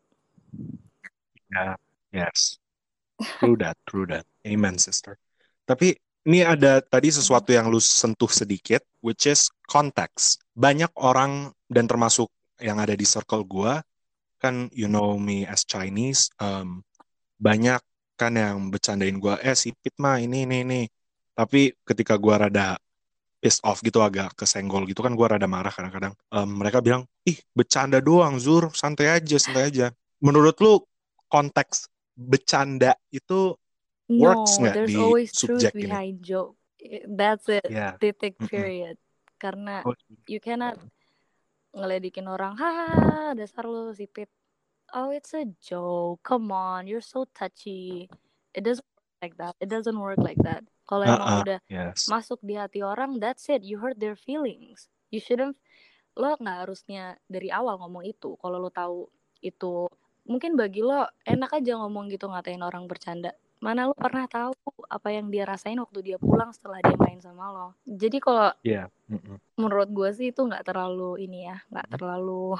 Yeah. Yes. True that, true that. Amen, sister. Tapi ini ada tadi sesuatu yang lu sentuh sedikit, which is context. Banyak orang, dan termasuk yang ada di circle gua, kan you know me as Chinese, um, banyak kan yang bercandain gua, eh si Pit mah ini, ini, ini. Tapi ketika gua rada pissed off gitu, agak kesenggol gitu kan, gua rada marah kadang-kadang. Um, mereka bilang, ih bercanda doang, Zur, santai aja, santai aja. Menurut lu konteks bercanda itu works No, nggak there's di always truth subjek ini? behind joke. That's it. Ya. Titik Mm-mm. period. Karena Oh, you cannot ngeledekin orang, hahaha dasar lu sipit. Oh, it's a joke. Come on, you're so touchy. It doesn't work like that. It doesn't work like that. Kalau emang uh-uh, udah yes. masuk di hati orang, that's it. You hurt their feelings. You shouldn't. Lo nggak harusnya dari awal ngomong itu. Kalau lo tahu itu, mungkin bagi lo enak aja ngomong gitu ngatain orang bercanda. Mana lu pernah tahu apa yang dia rasain waktu dia pulang setelah dia main sama lo. Jadi kalau Iya. Mm-mm. menurut gue sih itu nggak terlalu ini ya, nggak terlalu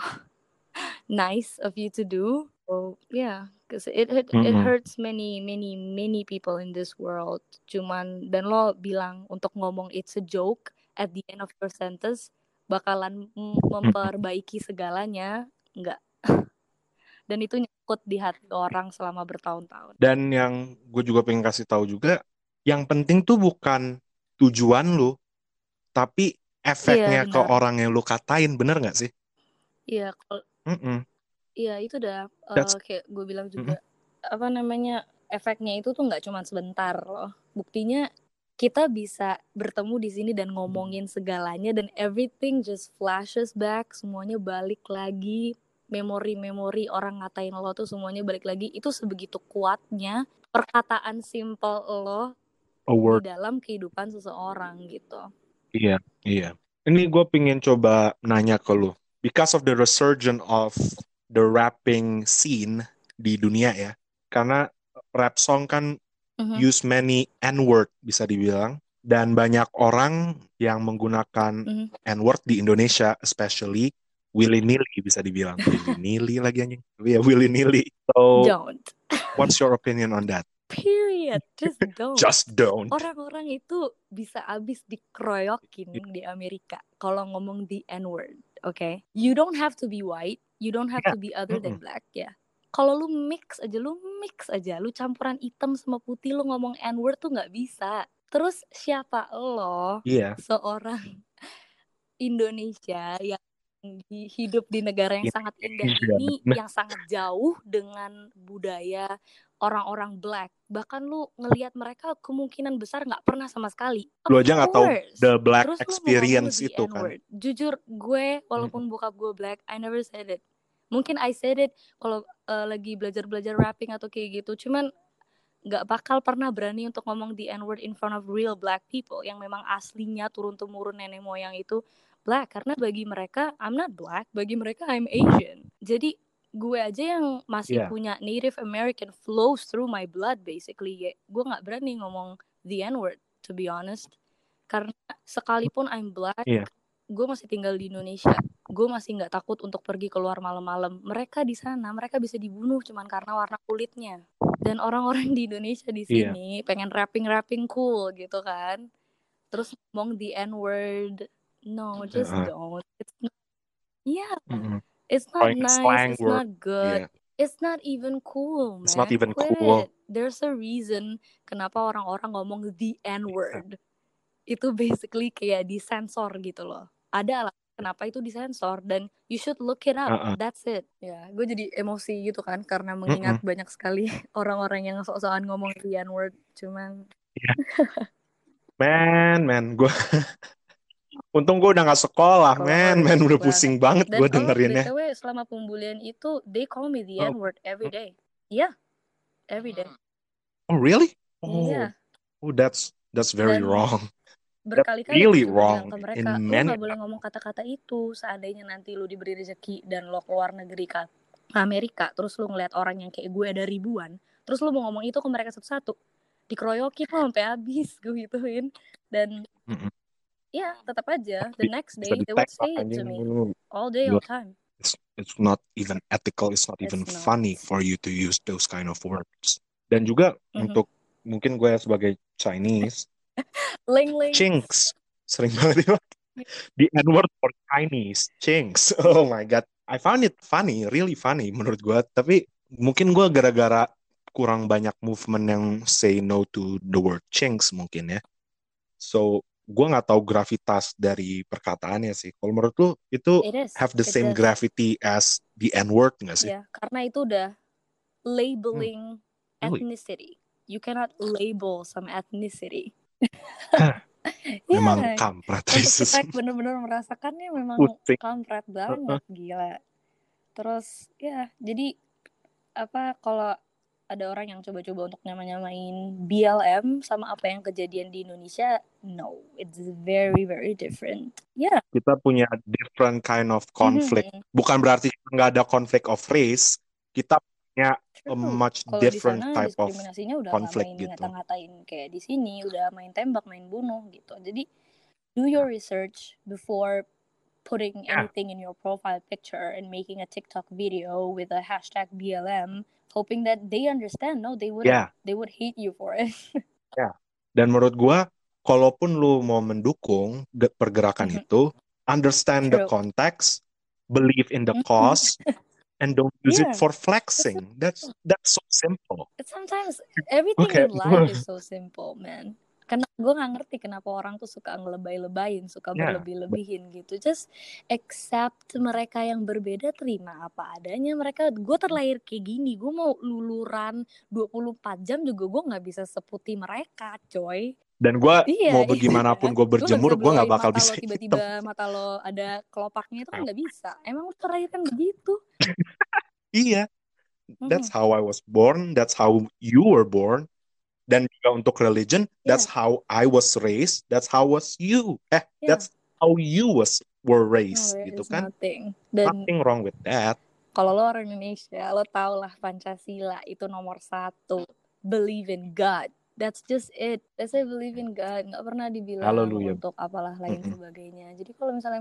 nice of you to do. So yeah, cause it it, it Mm-mm. hurts many many many people in this world. Cuman dan lo bilang untuk ngomong it's a joke at the end of your sentence bakalan m- memperbaiki segalanya, nggak. Dan itu nyangkut di hati orang selama bertahun-tahun. Dan yang gue juga pengen kasih tahu juga, yang penting tuh bukan tujuan lu, tapi Iya efeknya ke benar. orang yang lu katain, bener nggak sih? Iya kalau Mm-mm. iya itu dah uh, That's kayak gue bilang mm-mm. juga apa namanya efeknya itu tuh nggak cuma sebentar loh. Buktinya kita bisa bertemu di sini dan ngomongin segalanya dan everything just flashes back, semuanya balik lagi, memori-memori orang ngatain lo tuh semuanya balik lagi. Itu sebegitu kuatnya perkataan simple lo A di word. dalam kehidupan seseorang gitu. Iya, iya. Ini gue pengen coba nanya ke lu. Because of the resurgence of the rapping scene di dunia ya. Karena rap song kan Mhm. use many N-word bisa dibilang. Dan banyak orang yang menggunakan Mhm. N-word di Indonesia, especially willy-nilly bisa dibilang. Willy-nilly lagi anjing. Iya, willy-nilly. So, Don't. what's your opinion on that? Period. Just don't. Just don't. Orang-orang itu bisa abis dikeroyokin di Amerika kalau ngomong the N-word, oke? Okay? You don't have to be white, you don't have Yeah. to be other than Mm-mm. black, ya. Kalau lu mix aja, lu mix aja, lu campuran hitam sama putih, lu ngomong N-word tuh nggak bisa. Terus siapa lo, Iya. seorang Indonesia yang di- hidup di negara yang sangat indah ini, Nah, yang sangat jauh dengan budaya orang-orang black, bahkan lu ngelihat mereka kemungkinan besar nggak pernah sama sekali. lu Of aja nggak tahu course. the black Terus lu mau ngomong experience the itu kan. N-word. Jujur gue, walaupun bokap gue black, I never said it. Mungkin I said it kalau uh, lagi belajar-belajar rapping atau kayak gitu. Cuman nggak bakal pernah berani untuk ngomong the N-word in front of real black people yang memang aslinya turun-temurun nenek moyang itu black. Karena bagi mereka I'm not black, bagi mereka I'm Asian. Jadi gue aja yang masih Yeah. punya Native American flows through my blood basically, ya, gue nggak berani ngomong the N-word to be honest. Karena sekalipun I'm black, Iya. gue masih tinggal di Indonesia, gue masih nggak takut untuk pergi keluar malam-malam. Mereka di sana, mereka bisa dibunuh cuman karena warna kulitnya. Dan orang-orang di Indonesia di Iya. sini pengen rapping-rapping cool gitu kan, terus ngomong the N-word. No, just Uh-uh. don't. It's not, yeah, Mm-mm. it's not Throwing nice, slang it's word. not good, Yeah. it's not even cool, It's not man. even Quit cool. it. There's a reason kenapa orang-orang ngomong the N-word. Itu basically kayak disensor gitu loh. Ada alasan kenapa itu disensor dan you should look it up. Uh-uh. That's it. Ya, gue jadi emosi gitu kan karena mengingat Mm-mm. banyak sekali orang-orang yang sok-sokan ngomong the N-word. Cuman Yeah. Man, man, gue untung gue udah gak sekolah, kalau man, man udah pusing banget dan gue oh dengerinnya. B T W selama pembulian itu they call me the Oh. N-word every day. Yeah, every day. Oh, really? Oh, Iya. oh that's that's very Dan wrong. berkali-kali really gue juga bilang wrong ke mereka, in lo many- nggak boleh ngomong kata-kata itu. Seandainya nanti lo diberi rezeki dan lo keluar negeri ke Amerika, terus lo ngeliat orang yang kayak gue ada ribuan, terus lo mau ngomong itu ke mereka satu-satu, dikeroyokin lo sampai habis, gue gituin. Dan Mm-mm. ya tetap aja the next Bisa day they would ditembak, say it to anjing. me all day all time. It's, it's not even ethical, it's not It's even not. funny for you to use those kind of words. Dan juga Mhm. untuk mungkin gue sebagai Chinese, Ling ling. chinks sering banget ya the N-word for Chinese, chinks. Oh my god, I found it funny, really funny menurut gue. Tapi mungkin gue gara-gara kurang banyak movement yang say no to the word chinks mungkin ya. So gue nggak tahu gravitas dari perkataannya sih. Kalau menurut lu itu It is. have the It same does. gravity as the N-word nggak sih? Ya, karena itu udah labeling Hmm. Really? ethnicity. You cannot label some ethnicity. Memang Ya, kampret untuk kita racism. benar-benar merasakannya memang Pusing. kampret banget, gila. Terus ya, jadi apa kalau ada orang yang coba-coba untuk nyama-nyamain B L M sama apa yang kejadian di Indonesia, no, it's very very different. Ya. Kita punya different kind of conflict. Mhm. Bukan berarti nggak ada conflict of race. Kita a True. much Kalau di different sana type of diskriminasinya udah nggak conflict main gitu. ngata-ngatain kayak di sini, udah main tembak, main bunuh gitu. Jadi do your research before putting Yeah. anything in your profile picture and making a TikTok video with a hashtag B L M, hoping that they understand. No, they wouldn't. Yeah. They would hate you for it. Ya. Dan menurut gua, kalaupun lu mau mendukung ge- pergerakan Mhm. itu, understand the True. context, believe in the Mhm. cause, and don't use it Yeah. for flexing. That's that's so simple. But sometimes everything Oke. in life is so simple, man. Karena gue nggak ngerti kenapa orang tuh suka ngelebay-lebayin, suka Ya. berlebih-lebihin gitu. Just accept mereka yang berbeda, terima apa adanya. Mereka, gue terlahir kayak gini, gue mau luluran dua puluh empat jam juga gue nggak bisa seputih mereka, coy. Dan gua Iya, mau iya. bagaimanapun gue Lu nggak bisa berjemur, gua nggak blow-in bakal mata bisa lo hitam. tiba-tiba mata lo ada kelopaknya, itu kan nggak bisa. Emang lu terlahir kan begitu. Iya. Mhm. That's how I was born. That's how you were born. Dan juga untuk religion, that's Yeah. how I was raised. That's how was you. Eh, Yeah. that's how you was were No, raised, there gitu is kan? nothing. Dan Nothing wrong with that. kalau lo orang Indonesia, lo tau lah Pancasila itu nomor satu. Believe in God. That's just it. That's I believe in God. Nggak pernah dibilang Hallelujah. untuk apalah lain Mm-mm. sebagainya. Jadi kalau misalnya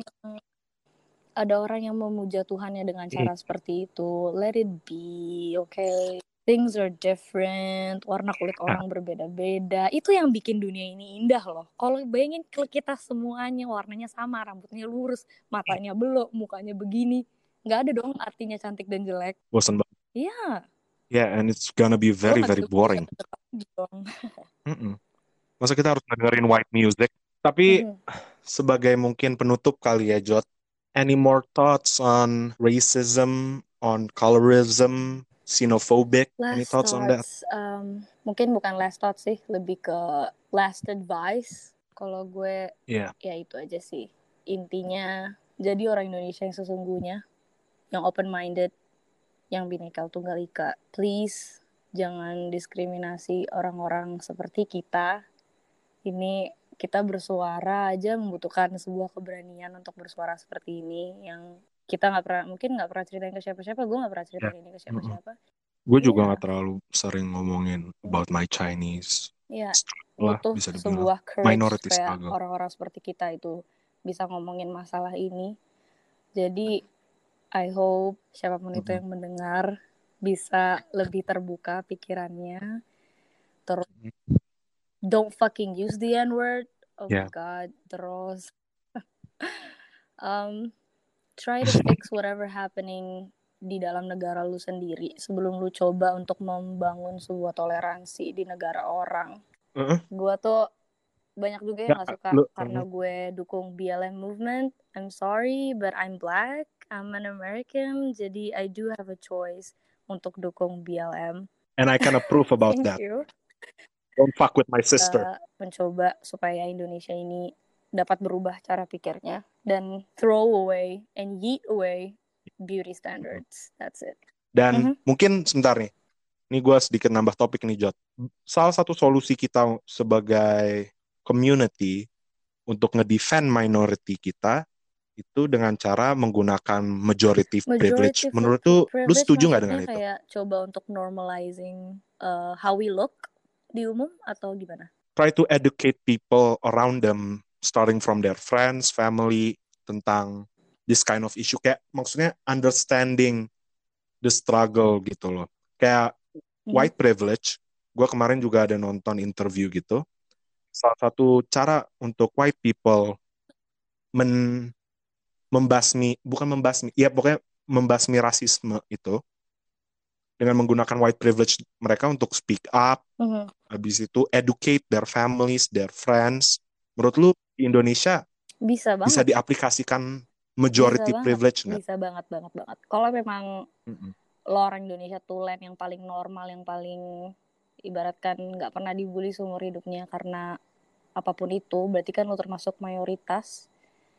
ada orang yang memuja Tuhannya dengan cara seperti itu, let it be, okay? Things are different, warna kulit orang berbeda-beda. Itu yang bikin dunia ini indah loh. Kalau bayangin kalau kita semuanya warnanya sama, rambutnya lurus, matanya belok, mukanya begini, nggak ada dong artinya cantik dan jelek. Bosan banget. Iya. Yeah, and it's gonna be Lo very nggak very bisa boring. dong. Mm-mm. Masa kita harus dengerin white music? Tapi Mhm. sebagai mungkin penutup kali ya, Jot. Any more thoughts on racism, on colorism, xenophobic? Any Last thoughts on that? thoughts, um, mungkin bukan last thoughts sih, lebih ke last advice. Kalau gue, Yeah. ya itu aja sih. Intinya, jadi orang Indonesia yang sesungguhnya, yang open-minded, yang Bhinneka Tunggal Ika. Please, jangan diskriminasi orang-orang seperti kita. Ini kita bersuara aja membutuhkan sebuah keberanian untuk bersuara seperti ini, yang kita nggak pernah, mungkin nggak pernah ceritain ke siapa-siapa. Gue nggak pernah ceritain ini ke siapa-siapa. Gue juga Iya. nggak terlalu sering ngomongin about my Chinese Iya, struggle lah, butuh bisa dibilang. sebuah courage Minority supaya struggle. orang-orang seperti kita itu bisa ngomongin masalah ini. Jadi I hope siapapun itu Mm-mm. yang mendengar bisa lebih terbuka pikirannya. Terus don't fucking use the N-word. Oh Yeah. my god. Terus um, try to fix whatever happening di dalam negara lu sendiri sebelum lu coba untuk membangun sebuah toleransi di negara orang. Uh-uh. Gue tuh banyak juga yang Ya, gak suka lu- karena gue dukung B L M movement. I'm sorry, but I'm black, I'm an American, jadi I do have a choice untuk dukung B L M. And I can approve about Thank that. you. Don't fuck with my sister. Uh, mencoba supaya Indonesia ini dapat berubah cara pikirnya dan throw away and yeet away beauty standards. That's it. Dan Mhm. mungkin sebentar nih, ini gue sedikit nambah topik nih, Jot. Salah satu solusi kita sebagai community untuk nge-defend minority kita itu dengan cara menggunakan majority, privilege. Majority Menurut tuh, lu privilege setuju nggak dengan maksudnya itu? kayak coba untuk normalizing uh, how we look di umum atau gimana? Try to educate people around them, starting from their friends, family, tentang this kind of issue. Kayak maksudnya understanding the struggle gitu loh. Kayak Mhm. white privilege, gue kemarin juga ada nonton interview gitu. Salah satu cara untuk white people men membasmi, bukan membasmi, ya pokoknya membasmi rasisme itu dengan menggunakan white privilege mereka untuk speak up, Mhm. habis itu educate their families, their friends. Menurut lu di Indonesia Bisa bisa banget. diaplikasikan majority Bisa privilege banget. nggak? Bisa banget banget banget. Kalau memang Mm-mm. lo orang Indonesia tulen yang paling normal, yang paling ibaratkan nggak pernah dibully seumur hidupnya karena apapun itu, berarti kan lo termasuk mayoritas.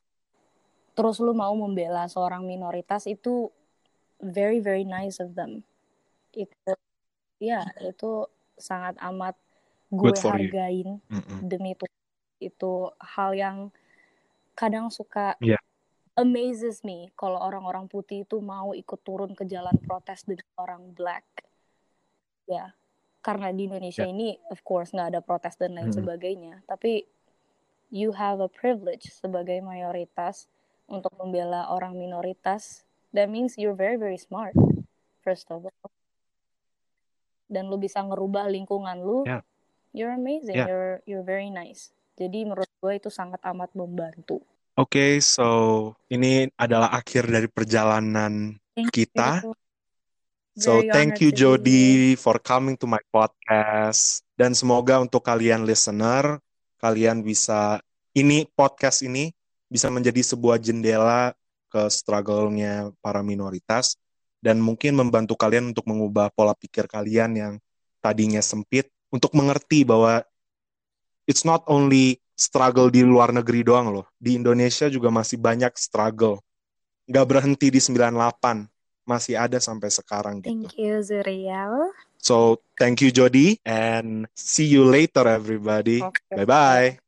Terus lo mau membela seorang minoritas, itu very very nice of them. Itu ya itu sangat amat gue Good for you. hargain. Mm-mm. Demi itu itu hal yang kadang suka Yeah. amazes me kalau orang-orang putih itu mau ikut turun ke jalan protes dengan orang black. ya karena di Indonesia Ya. ini of course nggak ada protes dan lain Mm-mm. sebagainya, tapi you have a privilege sebagai mayoritas untuk membela orang minoritas. That means you're very very smart first of all, dan lu bisa ngerubah lingkungan lu. Ya. You're amazing, Ya. you're you're very nice. Jadi menurut gue itu sangat amat membantu. Oke, so ini adalah akhir dari perjalanan Thank kita. you. So Very thank honored you to be here. Jody for coming to my podcast. Dan semoga untuk kalian listener, kalian bisa, ini podcast ini bisa menjadi sebuah jendela ke struggle-nya para minoritas dan mungkin membantu kalian untuk mengubah pola pikir kalian yang tadinya sempit untuk mengerti bahwa it's not only struggle di luar negeri doang loh. Di Indonesia juga masih banyak struggle. Nggak berhenti di sembilan puluh delapan. Masih ada sampai sekarang gitu. Thank you Zuriel. So, thank you Jody and see you later everybody. Okay. Bye-bye.